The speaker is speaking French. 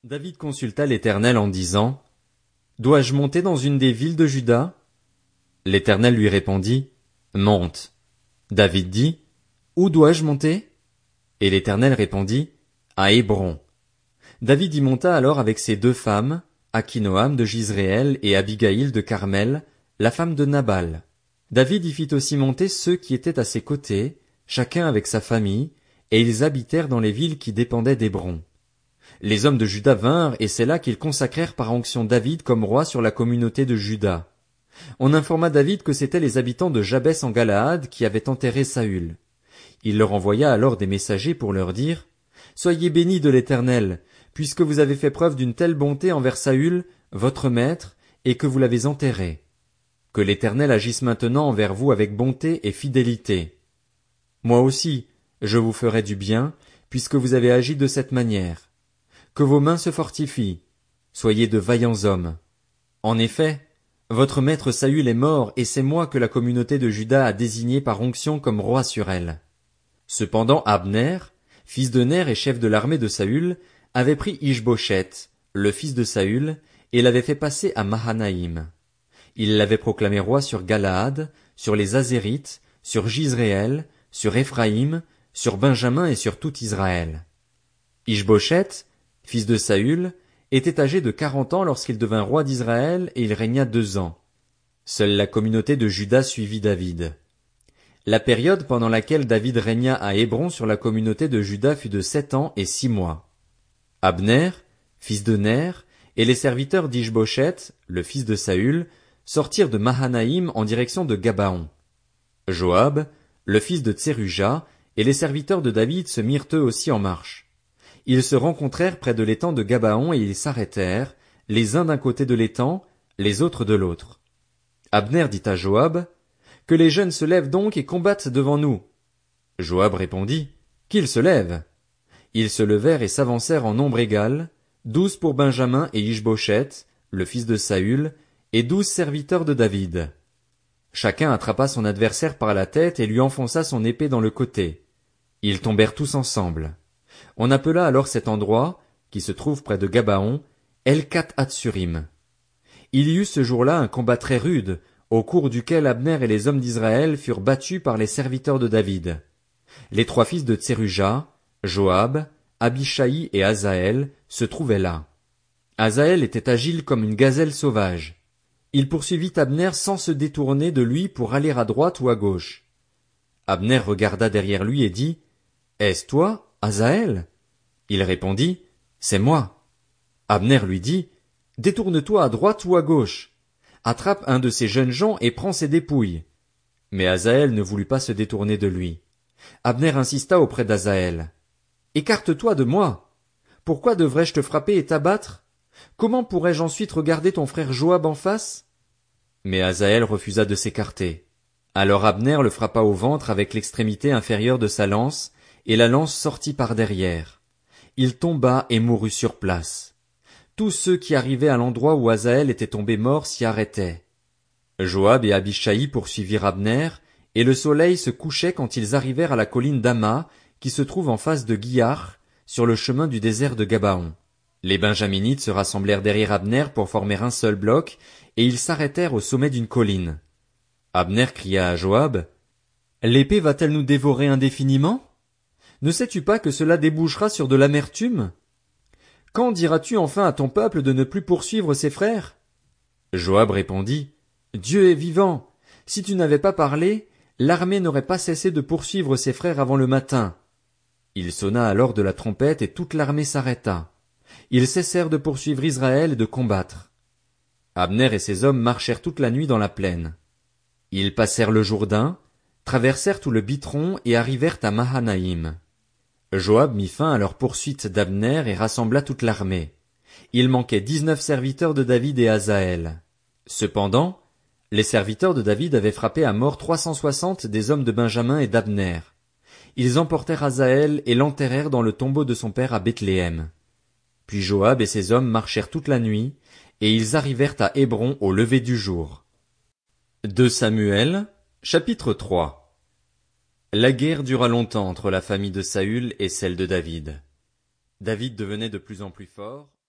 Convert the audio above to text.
David consulta l'Éternel en disant, Dois-je monter dans une des villes de Juda? L'Éternel lui répondit, Monte. David dit, Où dois-je monter? Et l'Éternel répondit, À Hébron. David y monta alors avec ses 2 femmes, Akinoam de Jizréel et Abigaïl de Carmel, la femme de Nabal. David y fit aussi monter ceux qui étaient à ses côtés, chacun avec sa famille, et ils habitèrent dans les villes qui dépendaient d'Hébron. Les hommes de Juda vinrent, et c'est là qu'ils consacrèrent par onction David comme roi sur la communauté de Juda. On informa David que c'étaient les habitants de Jabès en Galaad qui avaient enterré Saül. Il leur envoya alors des messagers pour leur dire, Soyez bénis de l'Éternel, puisque vous avez fait preuve d'une telle bonté envers Saül, votre maître, et que vous l'avez enterré. Que l'Éternel agisse maintenant envers vous avec bonté et fidélité. Moi aussi, je vous ferai du bien, puisque vous avez agi de cette manière. Que vos mains se fortifient. Soyez de vaillants hommes. En effet, votre maître Saül est mort, et c'est moi que la communauté de Juda a désigné par onction comme roi sur elle. Cependant Abner, fils de Ner et chef de l'armée de Saül, avait pris Ish-Boshet, le fils de Saül, et l'avait fait passer à Mahanaïm. Il l'avait proclamé roi sur Galaad, sur les Azérites, sur Jizréel, sur Éphraïm, sur Benjamin et sur tout Israël. Ish-Boshet, fils de Saül, était âgé de 40 ans lorsqu'il devint roi d'Israël, et il régna 2 ans. Seule la communauté de Juda suivit David. La période pendant laquelle David régna à Hébron sur la communauté de Juda fut de 7 ans et 6 mois. Abner, fils de Ner, et les serviteurs d'Ish-Boshet, le fils de Saül, sortirent de Mahanaïm en direction de Gabaon. Joab, le fils de Tseruja, et les serviteurs de David se mirent eux aussi en marche. Ils se rencontrèrent près de l'étang de Gabaon et ils s'arrêtèrent, les uns d'un côté de l'étang, les autres de l'autre. Abner dit à Joab, Que les jeunes se lèvent donc et combattent devant nous. Joab répondit, Qu'ils se lèvent. Ils se levèrent et s'avancèrent en nombre égal, 12 pour Benjamin et Ish-Boshet, le fils de Saül, et 12 serviteurs de David. Chacun attrapa son adversaire par la tête et lui enfonça son épée dans le côté. Ils tombèrent tous ensemble. On appela alors cet endroit, qui se trouve près de Gabaon, Elkat Hatsurim. Il y eut ce jour-là un combat très rude, au cours duquel Abner et les hommes d'Israël furent battus par les serviteurs de David. Les 3 fils de Tseruja, Joab, Abishai et Asaël, se trouvaient là. Asaël était agile comme une gazelle sauvage. Il poursuivit Abner sans se détourner de lui pour aller à droite ou à gauche. Abner regarda derrière lui et dit, Est-ce toi, Asaël? Il répondit, C'est moi. Abner lui dit, Détourne-toi à droite ou à gauche. Attrape un de ces jeunes gens et prends ses dépouilles. Mais Asaël ne voulut pas se détourner de lui. Abner insista auprès d'Asaël. Écarte-toi de moi. Pourquoi devrais-je te frapper et t'abattre? Comment pourrais-je ensuite regarder ton frère Joab en face? Mais Asaël refusa de s'écarter. Alors Abner le frappa au ventre avec l'extrémité inférieure de sa lance, et la lance sortit par derrière. Il tomba et mourut sur place. Tous ceux qui arrivaient à l'endroit où Asaël était tombé mort s'y arrêtaient. Joab et Abishai poursuivirent Abner, et le soleil se couchait quand ils arrivèrent à la colline d'Ama, qui se trouve en face de Guiar, sur le chemin du désert de Gabaon. Les Benjaminites se rassemblèrent derrière Abner pour former un seul bloc, et ils s'arrêtèrent au sommet d'une colline. Abner cria à Joab, L'épée va-t-elle nous dévorer indéfiniment? Ne sais-tu pas que cela débouchera sur de l'amertume? Quand diras-tu enfin à ton peuple de ne plus poursuivre ses frères? Joab répondit, Dieu est vivant. Si tu n'avais pas parlé, l'armée n'aurait pas cessé de poursuivre ses frères avant le matin. Il sonna alors de la trompette et toute l'armée s'arrêta. Ils cessèrent de poursuivre Israël et de combattre. Abner et ses hommes marchèrent toute la nuit dans la plaine. Ils passèrent le Jourdain, traversèrent tout le Bitron et arrivèrent à Mahanaïm. Joab mit fin à leur poursuite d'Abner et rassembla toute l'armée. Il manquait 19 serviteurs de David et Asaël. Cependant, les serviteurs de David avaient frappé à mort 360 des hommes de Benjamin et d'Abner. Ils emportèrent Asaël et l'enterrèrent dans le tombeau de son père à Bethléem. Puis Joab et ses hommes marchèrent toute la nuit, et ils arrivèrent à Hébron au lever du jour. 2 Samuel, chapitre 3. La guerre dura longtemps entre la famille de Saül et celle de David. David devenait de plus en plus fort.